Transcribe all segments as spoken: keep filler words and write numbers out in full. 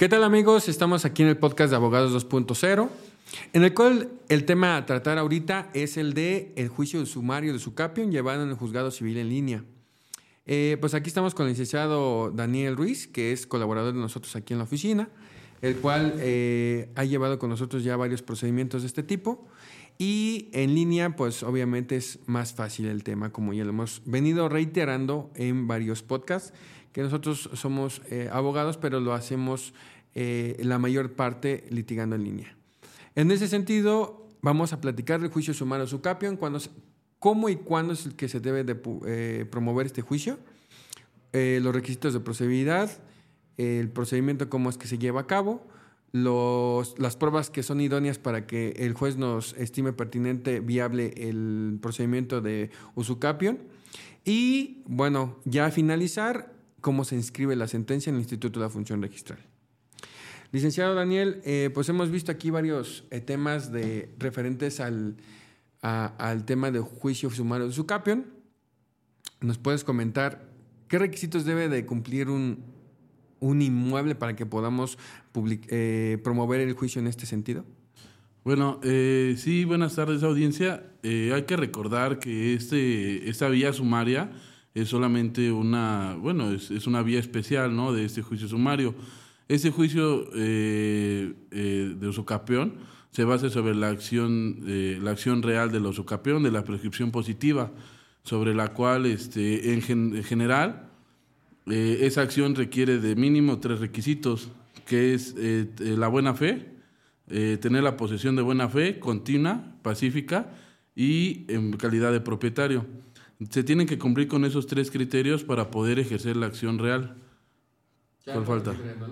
¿Qué tal, amigos? Estamos aquí en el podcast de Abogados dos punto cero, en el cual el tema a tratar ahorita es el de el juicio sumario de Usucapión llevado en el juzgado civil en línea. Eh, pues aquí estamos con el licenciado Daniel Ruiz, que es colaborador de nosotros aquí en la oficina, el cual eh, ha llevado con nosotros ya varios procedimientos de este tipo. Y en línea, pues obviamente es más fácil el tema, como ya lo hemos venido reiterando en varios podcasts, que nosotros somos eh, abogados, pero lo hacemos eh, la mayor parte litigando en línea. En ese sentido, vamos a platicar del juicio sumario Usucapión, cuando, cómo y cuándo es el que se debe de eh, promover este juicio, eh, los requisitos de procedibilidad, eh, el procedimiento, cómo es que se lleva a cabo, Los, las pruebas que son idóneas para que el juez nos estime pertinente, viable el procedimiento de Usucapión. Y, bueno, ya a finalizar, cómo se inscribe la sentencia en el Instituto de la Función Registral. Licenciado Daniel, eh, pues hemos visto aquí varios eh, temas de, referentes al, a, al tema del juicio sumario de Usucapión. ¿Nos puedes comentar qué requisitos debe de cumplir un un inmueble para que podamos public- eh, promover el juicio en este sentido? Bueno, eh, sí, buenas tardes, audiencia. Eh, hay que recordar que este, esta vía sumaria es solamente una, bueno, es, es una vía especial, ¿no?, de este juicio sumario. Este juicio eh, eh, de Usucapión se basa sobre la acción, eh, la acción real de la Usucapión, de la prescripción positiva, sobre la cual, este, en, gen- en general, Eh, esa acción requiere de mínimo tres requisitos, que es eh, la buena fe, eh, tener la posesión de buena fe, continua, pacífica y en calidad de propietario. Se tienen que cumplir con esos tres criterios para poder ejercer la acción real. ¿Cuál falta?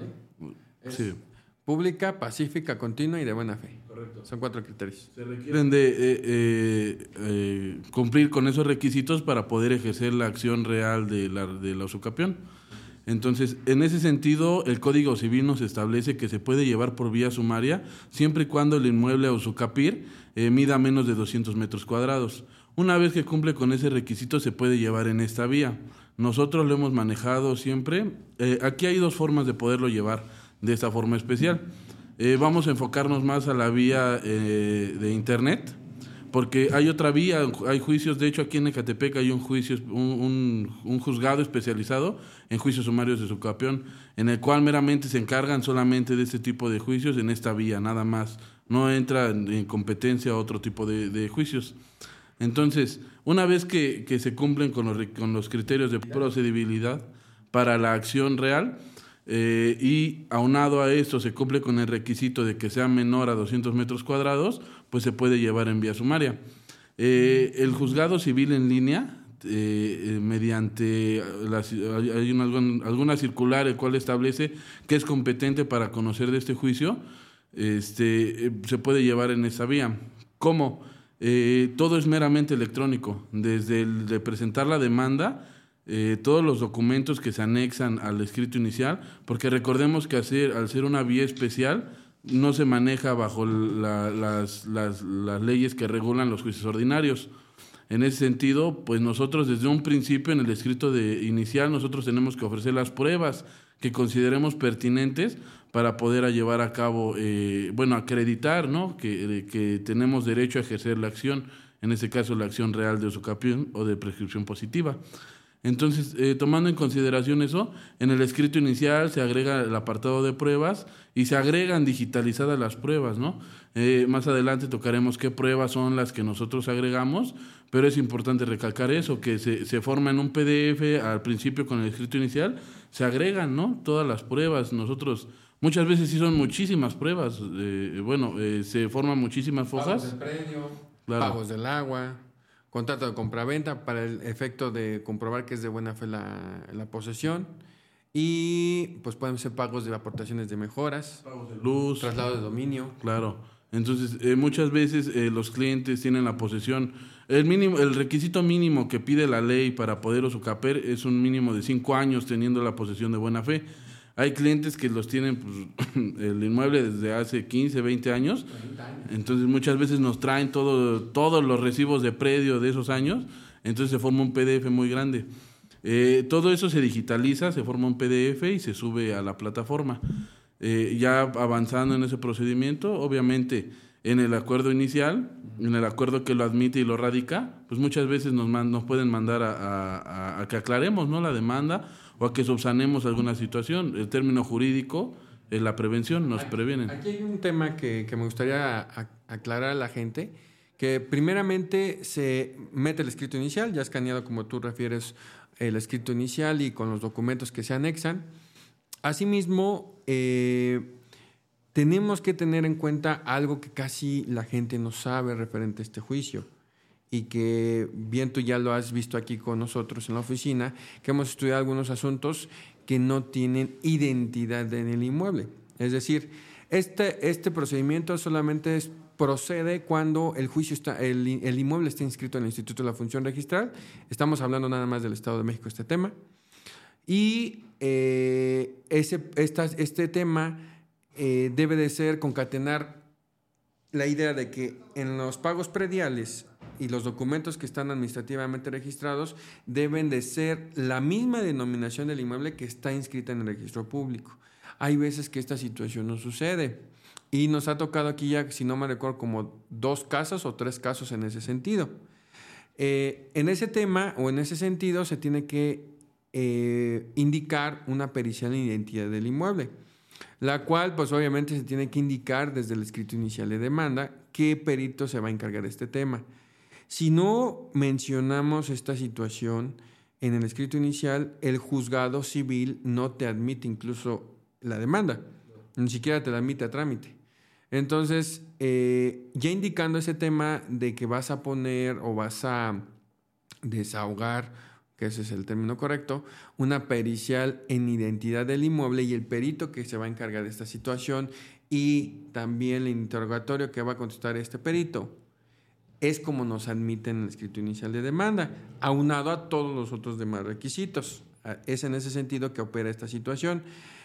Es Sí. Pública, pacífica, continua y de buena fe. Correcto. Son cuatro criterios. Se requieren de eh, eh, eh, cumplir con esos requisitos para poder ejercer la acción real de la, de la Usucapión. Entonces, en ese sentido, el Código Civil nos establece que se puede llevar por vía sumaria siempre y cuando el inmueble a usucapir eh, mida menos de doscientos metros cuadrados. Una vez que cumple con ese requisito, se puede llevar en esta vía. Nosotros lo hemos manejado siempre. Eh, aquí hay dos formas de poderlo llevar de esta forma especial. Eh, vamos a enfocarnos más a la vía eh, de internet, porque hay otra vía, hay juicios. De hecho, aquí en Ecatepec hay un juicio, un, un, un juzgado especializado en juicios sumarios de Usucapión, en el cual meramente se encargan solamente de este tipo de juicios en esta vía, nada más. No entra en competencia otro tipo de, de juicios. Entonces, una vez que, que se cumplen con los, con los criterios de procedibilidad para la acción real, Eh, y aunado a esto se cumple con el requisito de que sea menor a doscientos metros cuadrados, pues se puede llevar en vía sumaria. Eh, el juzgado civil en línea, eh, eh, mediante las, hay una, alguna circular el cual establece que es competente para conocer de este juicio, este, eh, se puede llevar en esa vía. ¿Cómo? Eh, todo es meramente electrónico, desde el de presentar la demanda, Eh, todos los documentos que se anexan al escrito inicial, porque recordemos que hacer, al ser una vía especial no se maneja bajo la, las, las, las leyes que regulan los juicios ordinarios. En ese sentido, pues nosotros desde un principio en el escrito de inicial nosotros tenemos que ofrecer las pruebas que consideremos pertinentes para poder llevar a cabo, eh, bueno, acreditar, ¿no?, que, que tenemos derecho a ejercer la acción, en este caso la acción real de Usucapión o de prescripción positiva. Entonces, eh, tomando en consideración eso, en el escrito inicial se agrega el apartado de pruebas y se agregan digitalizadas las pruebas, ¿no? Eh, más adelante tocaremos qué pruebas son las que nosotros agregamos, pero es importante recalcar eso, que se, se forma en un P D F al principio con el escrito inicial, se agregan, ¿no?, todas las pruebas. Nosotros, muchas veces sí son muchísimas pruebas, eh, bueno, eh, se forman muchísimas fojas. Pagos del predio, Claro. pagos del agua, contrato de compraventa para el efecto de comprobar que es de buena fe la, la posesión, y pues pueden ser pagos de aportaciones de mejoras, Pagos de luz, traslado de dominio. claro. Entonces, eh, muchas veces eh, los clientes tienen la posesión, el mínimo, el requisito mínimo que pide la ley para poder usucapiar es un mínimo de cinco años teniendo la posesión de buena fe. Hay clientes que los tienen, pues, el inmueble desde hace quince, veinte años, entonces muchas veces nos traen todo, todos los recibos de predio de esos años, entonces se forma un P D F muy grande. Eh, todo eso se digitaliza, se forma un P D F y se sube a la plataforma. Eh, ya avanzando en ese procedimiento, obviamente en el acuerdo inicial, en el acuerdo que lo admite y lo radica, pues muchas veces nos, man, nos pueden mandar a, a, a que aclaremos, ¿no?, la demanda o a que subsanemos alguna situación. El término jurídico es la prevención, nos aquí, previenen. Aquí hay un tema que, que me gustaría a, aclarar a la gente, que primeramente se mete el escrito inicial, ya escaneado como tú refieres el escrito inicial y con los documentos que se anexan. Asimismo, eh, tenemos que tener en cuenta algo que casi la gente no sabe referente a este juicio y que bien tú ya lo has visto aquí con nosotros en la oficina, que hemos estudiado algunos asuntos que no tienen identidad en el inmueble. Es decir, este, este procedimiento solamente es, procede cuando el juicio está, el, el inmueble está inscrito en el Instituto de la Función Registral. Estamos hablando nada más del Estado de México este tema. Y eh, ese, esta, este tema eh, debe de ser concatenar la idea de que en los pagos prediales y los documentos que están administrativamente registrados deben de ser la misma denominación del inmueble que está inscrita en el registro público. Hay veces que esta situación no sucede y nos ha tocado aquí ya, si no me recuerdo, como dos casos o tres casos en ese sentido. Eh, en ese tema o en ese sentido se tiene que eh, indicar una pericial en identidad del inmueble, la cual pues obviamente se tiene que indicar desde el escrito inicial de demanda qué perito se va a encargar de este tema. Si no mencionamos esta situación en el escrito inicial, el juzgado civil no te admite incluso la demanda, ni siquiera te la admite a trámite. Entonces, eh, ya indicando ese tema de que vas a poner o vas a desahogar, que ese es el término correcto, una pericial en identidad del inmueble y el perito que se va a encargar de esta situación y también el interrogatorio que va a contestar este perito, es como nos admiten en el escrito inicial de demanda, aunado a todos los otros demás requisitos. Es en ese sentido que opera esta situación.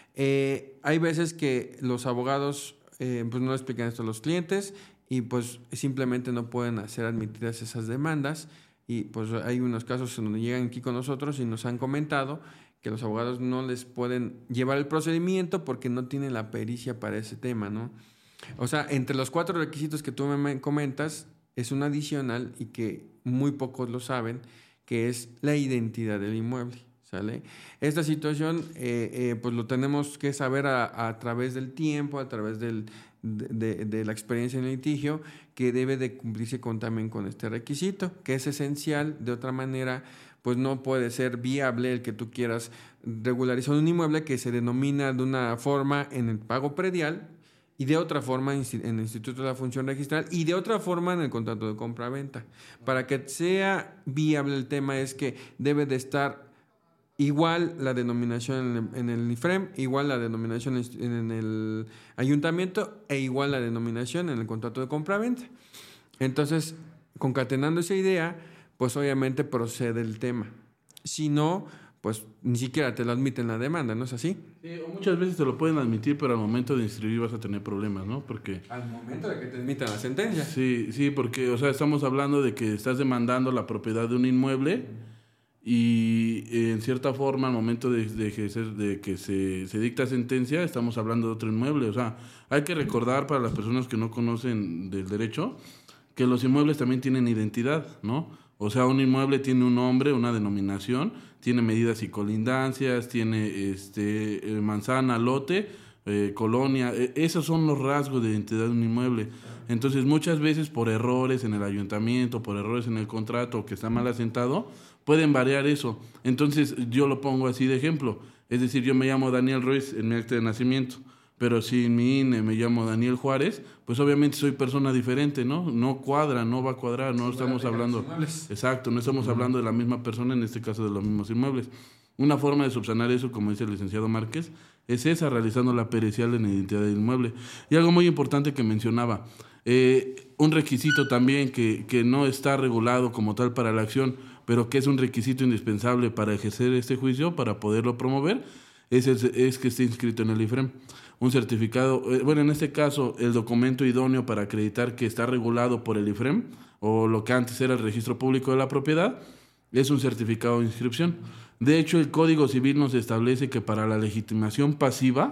Eh, hay veces que los abogados eh, pues no explican esto a los clientes y pues simplemente no pueden hacer admitidas esas demandas, y pues hay unos casos en donde llegan aquí con nosotros y nos han comentado que los abogados no les pueden llevar el procedimiento porque no tienen la pericia para ese tema, ¿no? O sea, entre los cuatro requisitos que tú me comentas, es un adicional y que muy pocos lo saben, que es la identidad del inmueble, ¿sale? Esta situación eh, eh, pues lo tenemos que saber a, a través del tiempo, a través del, de, de, de la experiencia en el litigio, que debe de cumplirse con, también con este requisito, que es esencial. De otra manera, pues no puede ser viable el que tú quieras regularizar un inmueble que se denomina de una forma en el pago predial y de otra forma en el Instituto de la Función Registral y de otra forma en el contrato de compra-venta. Para que sea viable el tema es que debe de estar igual la denominación en el I F R E M, igual la denominación en el ayuntamiento e igual la denominación en el contrato de compra-venta. Entonces, concatenando esa idea, pues obviamente procede el tema. Si no, pues ni siquiera te lo admiten la demanda, ¿no es así? Sí, o muchas veces te lo pueden admitir, pero al momento de inscribir vas a tener problemas, ¿no? Porque al momento de que te admitan la sentencia. Sí, sí, porque, o sea, estamos hablando de que estás demandando la propiedad de un inmueble y en cierta forma al momento de, de, ejercer, de que se, se dicta sentencia estamos hablando de otro inmueble. O sea, hay que recordar para las personas que no conocen del derecho que los inmuebles también tienen identidad, ¿no? O sea, un inmueble tiene un nombre, una denominación, tiene medidas y colindancias, tiene este manzana, lote, eh, colonia. Eh, esos son los rasgos de identidad de un inmueble. Entonces, muchas veces por errores en el ayuntamiento, por errores en el contrato que está mal asentado, pueden variar eso. Entonces, yo lo pongo así de ejemplo. Es decir, yo me llamo Daniel Ruiz en mi acta de nacimiento, pero si en mi I N E me llamo Daniel Juárez, pues obviamente soy persona diferente, ¿no? No cuadra, no va a cuadrar, no estamos hablando... Exacto, no estamos hablando de la misma persona, en este caso de los mismos inmuebles. Una forma de subsanar eso, como dice el licenciado Márquez, es esa, realizando la pericial en identidad del inmueble. Y algo muy importante que mencionaba, eh, un requisito también que, que no está regulado como tal para la acción, pero que es un requisito indispensable para ejercer este juicio, para poderlo promover, es, el, es que esté inscrito en el I F R E M. Un certificado, bueno, en este caso, el documento idóneo para acreditar que está regulado por el I F R E M, o lo que antes era el registro público de la propiedad, es un certificado de inscripción. De hecho, el Código Civil nos establece que para la legitimación pasiva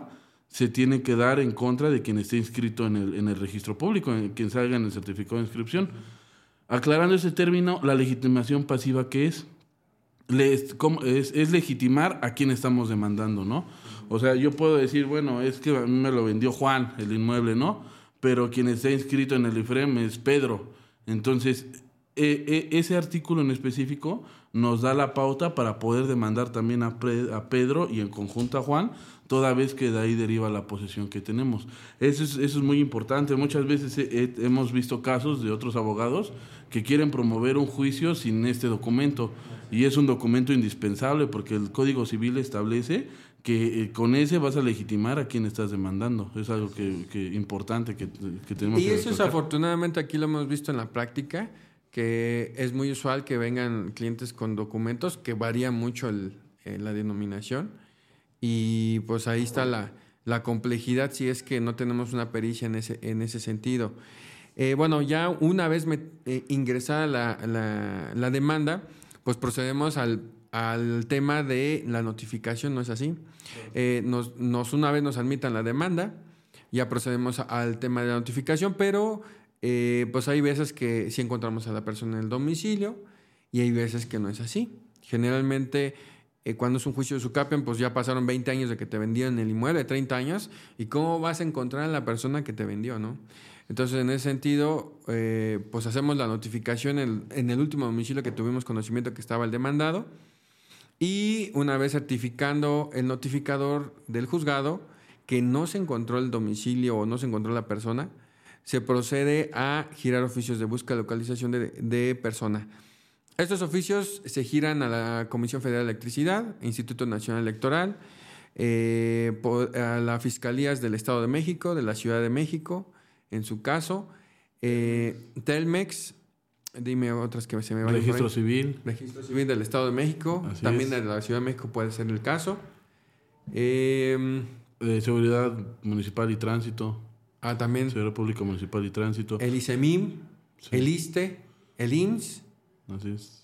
se tiene que dar en contra de quien esté inscrito en el, en el registro público, en quien salga en el certificado de inscripción. Aclarando ese término, la legitimación pasiva, ¿qué es? Es, es, es legitimar a quien estamos demandando, ¿no? O sea, yo puedo decir, bueno, es que a mí me lo vendió Juan, el inmueble, ¿no? Pero quien está inscrito en el I F R E M es Pedro. Entonces, eh, eh, ese artículo en específico nos da la pauta para poder demandar también a, Pre, a Pedro y en conjunto a Juan, toda vez que de ahí deriva la posesión que tenemos. Eso es, eso es muy importante. Muchas veces he, he, hemos visto casos de otros abogados que quieren promover un juicio sin este documento. Y es un documento indispensable porque el Código Civil establece que eh, con ese vas a legitimar a quien estás demandando. Es algo que, que importante que, que tenemos y que eso recalcar. Es afortunadamente aquí lo hemos visto en la práctica, que es muy usual que vengan clientes con documentos que varía mucho el, eh, la denominación, y pues ahí está la, la complejidad si es que no tenemos una pericia en ese, en ese sentido. Eh, bueno, ya una vez me, eh, ingresada la, la, la demanda, pues procedemos al, al tema de la notificación, ¿no es así? Eh, nos, nos una vez nos admitan la demanda, ya procedemos al tema de la notificación, pero eh, pues hay veces que sí encontramos a la persona en el domicilio y hay veces que no es así. Generalmente, eh, cuando es un juicio de Sucapion, pues ya pasaron veinte años de que te vendieron el inmueble, treinta años, y ¿cómo vas a encontrar a la persona que te vendió, no? Entonces, en ese sentido, eh, pues hacemos la notificación en, en el último domicilio que tuvimos conocimiento que estaba el demandado, y una vez certificando el notificador del juzgado que no se encontró el domicilio o no se encontró la persona, se procede a girar oficios de búsqueda y localización de, de persona. Estos oficios se giran a la Comisión Federal de Electricidad, Instituto Nacional Electoral, eh, a las Fiscalías del Estado de México, de la Ciudad de México, en su caso, eh, Telmex, dime otras que se me van. Registro Civil. Registro Civil del Estado de México, Así también es. de la Ciudad de México puede ser el caso. Eh, Eh, Seguridad Municipal y Tránsito. ah, también. Seguridad Pública Municipal y Tránsito. El ICEMIM, Sí. el ISSSTE, el I M S S. Así es.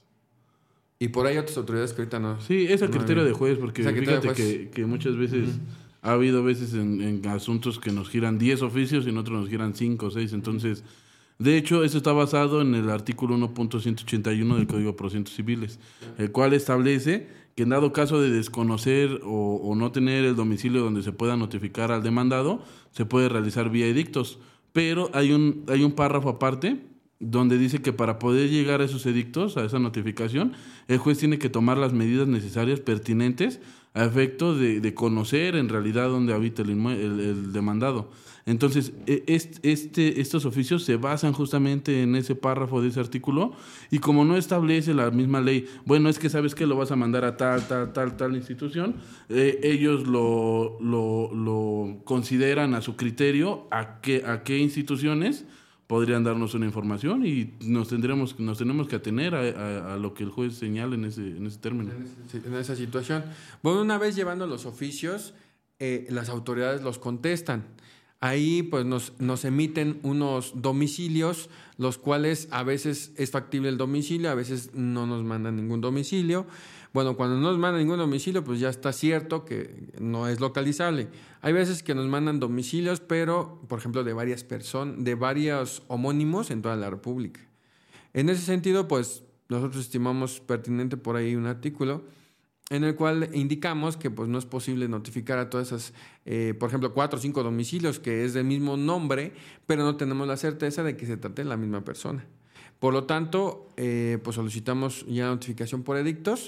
Y por ahí otras autoridades que ahorita no. Sí, es a no criterio hay. de juez, porque Es a criterio fíjate de juez. que, que muchas veces uh-huh. ha habido veces en, en asuntos que nos giran diez oficios y en otros nos giran cinco o seis. Entonces, de hecho, eso está basado en el artículo uno punto ciento ochenta y uno del Código de Procedimientos Civiles, el cual establece que en dado caso de desconocer o, o no tener el domicilio donde se pueda notificar al demandado, se puede realizar vía edictos. Pero hay un, hay un párrafo aparte donde dice que para poder llegar a esos edictos, a esa notificación, el juez tiene que tomar las medidas necesarias pertinentes a efecto de, de conocer en realidad dónde habita el, inmue- el, el demandado. Entonces, este, este, estos oficios se basan justamente en ese párrafo de ese artículo, y como no establece la misma ley, bueno, es que sabes que lo vas a mandar a tal, tal, tal, tal institución, eh, ellos lo, lo, lo consideran a su criterio a qué, a qué instituciones podrían darnos una información, y nos tendremos nos tenemos que atener a, a, a lo que el juez señala en ese en ese término. En, ese, en esa situación. Bueno, una vez llevando los oficios, eh, las autoridades los contestan. Ahí pues nos, nos emiten unos domicilios, los cuales a veces es factible el domicilio, a veces no nos mandan ningún domicilio. Bueno, cuando no nos mandan ningún domicilio, pues ya está cierto que no es localizable. Hay veces que nos mandan domicilios, pero, por ejemplo, de varias personas, de varios homónimos en toda la República. En ese sentido, pues, nosotros estimamos pertinente por ahí un artículo en el cual indicamos que pues no es posible notificar a todas esas, eh, por ejemplo, cuatro o cinco domicilios que es del mismo nombre, pero no tenemos la certeza de que se trate de la misma persona. Por lo tanto, eh, pues solicitamos ya notificación por edictos,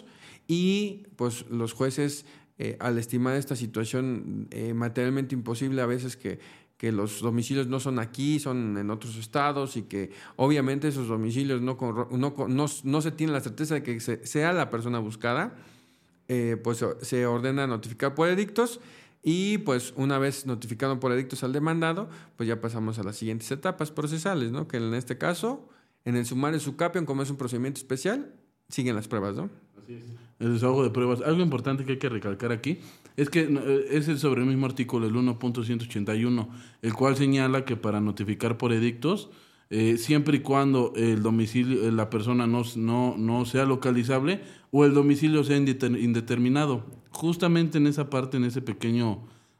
y pues los jueces, eh, al estimar esta situación eh, materialmente imposible, a veces que, que los domicilios no son aquí, son en otros estados, y que obviamente esos domicilios no, no, no, no se tiene la certeza de que se, sea la persona buscada, eh, pues se ordena notificar por edictos, y pues una vez notificado por edictos al demandado, pues ya pasamos a las siguientes etapas procesales, ¿no? Que en este caso, en el sumario Sucapion, como es un procedimiento especial, siguen las pruebas, ¿no? Así es. El desahogo de pruebas. Algo importante que hay que recalcar aquí es que es sobre el mismo artículo, el uno punto ciento ochenta y uno, el cual señala que para notificar por edictos, eh, siempre y cuando el domicilio, la persona no, no, no sea localizable o el domicilio sea indeterminado. Justamente en esa parte, en ese pequeño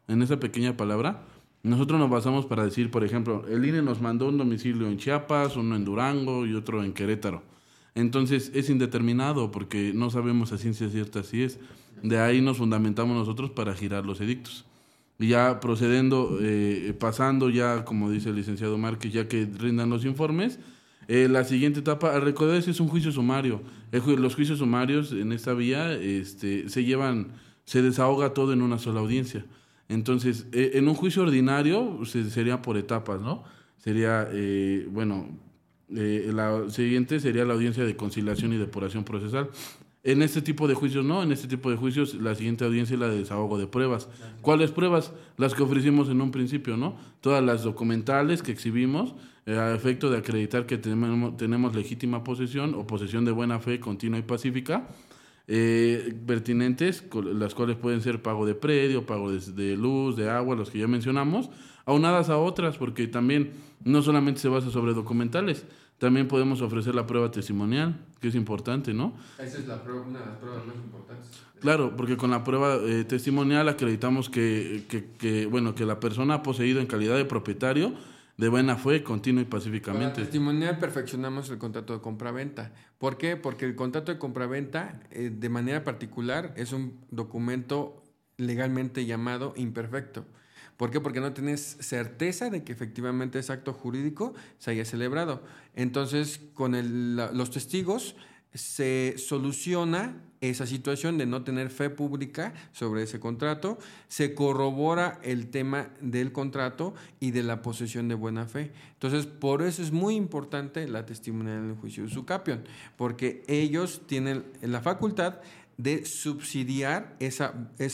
en esa pequeña palabra, nosotros nos basamos para decir, por ejemplo, el I N E nos mandó un domicilio en Chiapas, uno en Durango y otro en Querétaro. Entonces es indeterminado porque no sabemos a ciencia cierta si es. De ahí nos fundamentamos nosotros para girar los edictos. Y ya procediendo, eh, pasando ya, como dice el licenciado Márquez, ya que rindan los informes, eh, la siguiente etapa, al recordar, es un juicio sumario. El ju- los juicios sumarios en esta vía este, se llevan, se desahoga todo en una sola audiencia. Entonces, eh, en un juicio ordinario se, sería por etapas, ¿no? Sería, eh, bueno, eh, la siguiente sería la audiencia de conciliación y depuración procesal. En este tipo de juicios no, en este tipo de juicios la siguiente audiencia es la de desahogo de pruebas. ¿Cuáles pruebas? Las que ofrecimos en un principio, ¿no? Todas las documentales que exhibimos eh, a efecto de acreditar que tenemos, tenemos legítima posesión o posesión de buena fe continua y pacífica, eh, pertinentes, las cuales pueden ser pago de predio, pago de, de luz, de agua, los que ya mencionamos, aunadas a otras, porque también no solamente se basa sobre documentales, también podemos ofrecer la prueba testimonial, que es importante, ¿no? Esa es la prueba, una de las pruebas más importantes. Claro, porque con la prueba eh, testimonial acreditamos que, que, que, bueno, que la persona ha poseído en calidad de propietario de buena fe, continua y pacíficamente. Con la testimonial perfeccionamos el contrato de compraventa. ¿Por qué? Porque el contrato de compraventa, eh, de manera particular, es un documento legalmente llamado imperfecto. ¿Por qué? Porque no tienes certeza de que efectivamente ese acto jurídico se haya celebrado. Entonces, con el, la, los testigos se soluciona esa situación de no tener fe pública sobre ese contrato, se corrobora el tema del contrato y de la posesión de buena fe. Entonces, por eso es muy importante la testimonial en el juicio de usucapión, porque ellos tienen la facultad de subsidiar esa,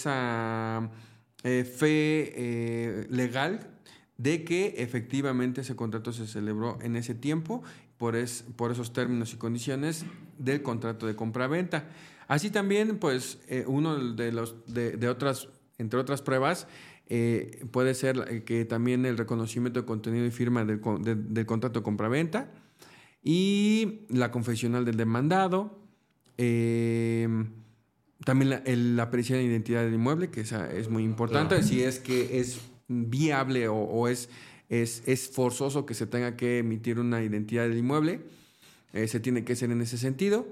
esa eh, fe eh, legal de que efectivamente ese contrato se celebró en ese tiempo por, es, por esos términos y condiciones del contrato de compraventa. Así también, pues, eh, uno de los de, de otras, entre otras pruebas, eh, puede ser que también el reconocimiento de contenido y firma del, de, del contrato de compraventa y la confesional del demandado, eh, también la, el, la pericia de identidad del inmueble, que esa es muy importante, claro. Si es que es viable o, o es, es, es forzoso que se tenga que emitir una identidad del inmueble, eh, se tiene que hacer en ese sentido.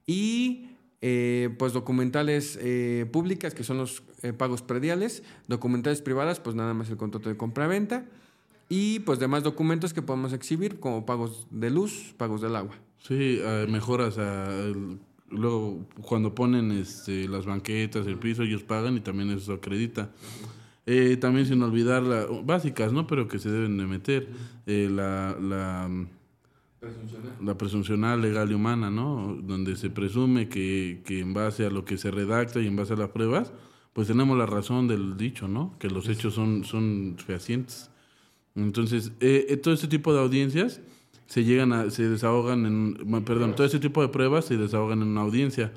Y eh, pues documentales eh, públicas, que son los eh, pagos prediales, documentales privadas, pues nada más el contrato de compraventa, y pues demás documentos que podemos exhibir, como pagos de luz, pagos del agua. Sí, uh, mejoras a... El... Luego, cuando ponen este, las banquetas, el piso, ellos pagan y también eso acredita. Eh, también sin olvidar las básicas, ¿no? Pero que se deben de meter. Eh, la, la, presuncional. la presuncional legal y humana, ¿no? Donde se presume que, que en base a lo que se redacta y en base a las pruebas, pues tenemos la razón del dicho, ¿no? Que los hechos son, son fehacientes. Entonces, eh, todo este tipo de audiencias se llegan a, se desahogan en, perdón, todo ese tipo de pruebas se desahogan en una audiencia.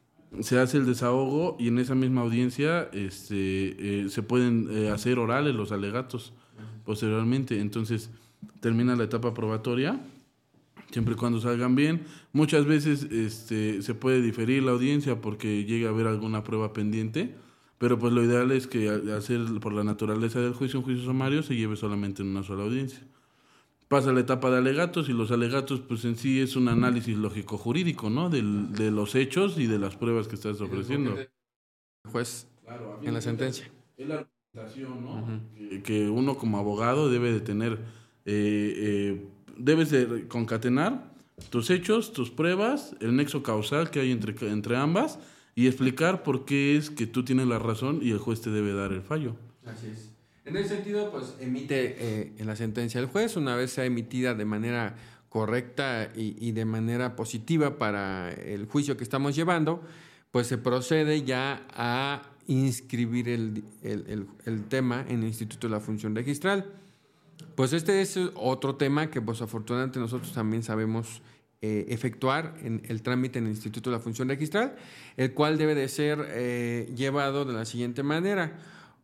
Se hace el desahogo y en esa misma audiencia este, eh, se pueden eh, hacer orales los alegatos posteriormente. Entonces, termina la etapa probatoria, siempre y cuando salgan bien. Muchas veces este, se puede diferir la audiencia porque llega a haber alguna prueba pendiente, pero pues lo ideal es que al hacer por la naturaleza del juicio un juicio sumario se lleve solamente en una sola audiencia. Pasa la etapa de alegatos y los alegatos pues en sí es un análisis lógico-jurídico, ¿no? Del, de los hechos y de las pruebas que estás ofreciendo. El juez, claro, en la sentencia. Es la argumentación, ¿no? Uh-huh. que, que uno como abogado debe de tener, eh, eh, debes de concatenar tus hechos, tus pruebas, el nexo causal que hay entre, entre ambas y explicar por qué es que tú tienes la razón y el juez te debe dar el fallo. Así es. En ese sentido, pues emite eh, en la sentencia el juez, una vez sea emitida de manera correcta y, y de manera positiva para el juicio que estamos llevando, pues se procede ya a inscribir el, el, el, el tema en el Instituto de la Función Registral. Pues este es otro tema que pues afortunadamente nosotros también sabemos eh, efectuar en el trámite en el Instituto de la Función Registral, el cual debe de ser eh, llevado de la siguiente manera.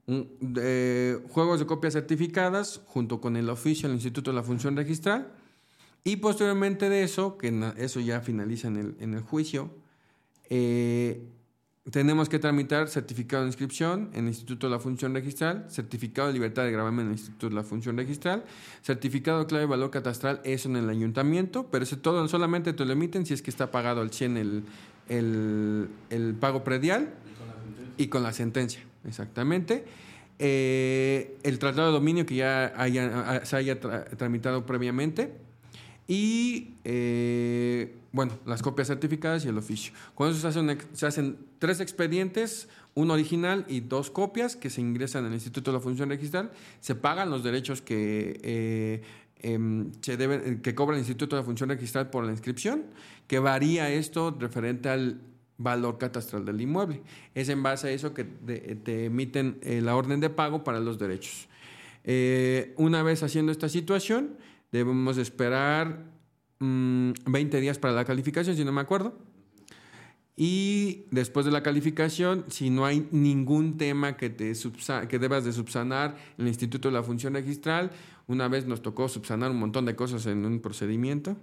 De juegos de copias certificadas junto con el oficio del Instituto de la Función Registral y posteriormente de eso, que eso ya finaliza en el, en el juicio, eh, tenemos que tramitar certificado de inscripción en el Instituto de la Función Registral, certificado de libertad de gravamen en el Instituto de la Función Registral, certificado de clave y valor catastral, eso en el ayuntamiento, pero eso todo solamente te lo emiten si es que está pagado al cien el, el, el pago predial y con la sentencia, exactamente. Eh, el traslado de dominio que ya haya, se haya tra- tramitado previamente y eh, bueno, las copias certificadas y el oficio. Con eso se hacen, se hacen tres expedientes, uno original y dos copias que se ingresan al Instituto de la Función Registral, se pagan los derechos que eh, eh, se deben, que cobra el Instituto de la Función Registral por la inscripción, que varía esto referente al valor catastral del inmueble. Es en base a eso que te, te emiten eh, la orden de pago para los derechos. Eh, una vez haciendo esta situación, debemos esperar mmm, veinte días para la calificación, si no me acuerdo. Y después de la calificación, si no hay ningún tema que, te subsa- que debas de subsanar en el Instituto de la Función Registral, una vez nos tocó subsanar un montón de cosas en un procedimiento.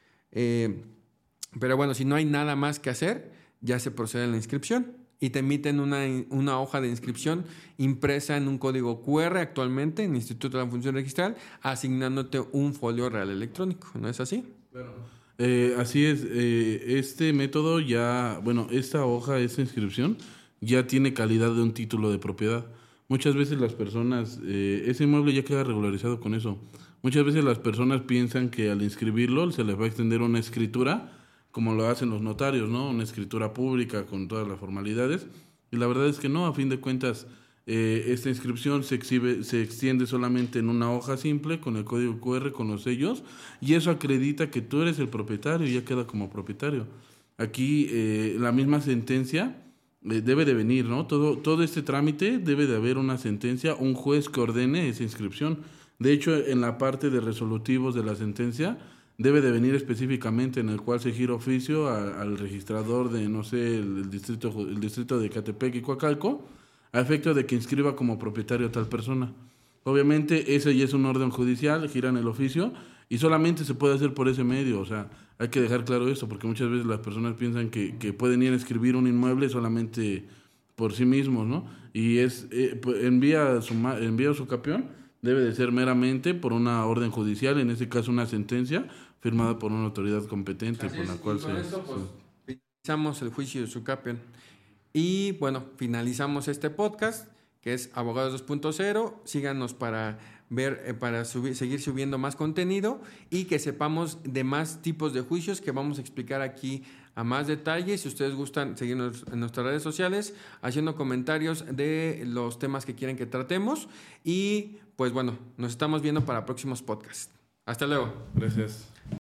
Eh, pero bueno, si no hay nada más que hacer, ya se procede a la inscripción y te emiten una, una hoja de inscripción impresa en un código cu erre actualmente en el Instituto de la Función Registral, asignándote un folio real electrónico, ¿no es así? Claro. Eh, así es, eh, este método ya, bueno, esta hoja, esta inscripción ya tiene calidad de un título de propiedad. Muchas veces las personas, eh, ese inmueble ya queda regularizado con eso. Muchas veces las personas piensan que al inscribirlo se les va a extender una escritura, como lo hacen los notarios, ¿no? Una escritura pública con todas las formalidades. Y la verdad es que no, a fin de cuentas, eh, esta inscripción se exhibe, se extiende solamente en una hoja simple con el código cu erre, con los sellos, y eso acredita que tú eres el propietario y ya queda como propietario. Aquí eh, la misma sentencia eh, debe de venir, ¿no? Todo, todo este trámite debe de haber una sentencia, un juez que ordene esa inscripción. De hecho, en la parte de resolutivos de la sentencia, debe de venir específicamente en el cual se gira oficio a, al registrador de, no sé, el, el, distrito, el distrito de Ecatepec y Coacalco, a efecto de que inscriba como propietario a tal persona. Obviamente, ese ya es un orden judicial, giran el oficio, y solamente se puede hacer por ese medio. O sea, hay que dejar claro esto, porque muchas veces las personas piensan que, que pueden ir a inscribir un inmueble solamente por sí mismos, ¿no? Y es eh, envía su, envía su capión, debe de ser meramente por una orden judicial, en este caso una sentencia firmada por una autoridad competente. Así por la es, cual y con se... esto, pues, se... finalizamos el juicio de su capión. Y bueno, finalizamos este podcast, que es Abogados dos punto cero. Síganos para ver, eh, para subir, seguir subiendo más contenido y que sepamos de más tipos de juicios que vamos a explicar aquí a más detalle. Si ustedes gustan, seguirnos en nuestras redes sociales, haciendo comentarios de los temas que quieren que tratemos. Y pues bueno, nos estamos viendo para próximos podcasts. Hasta luego. Gracias.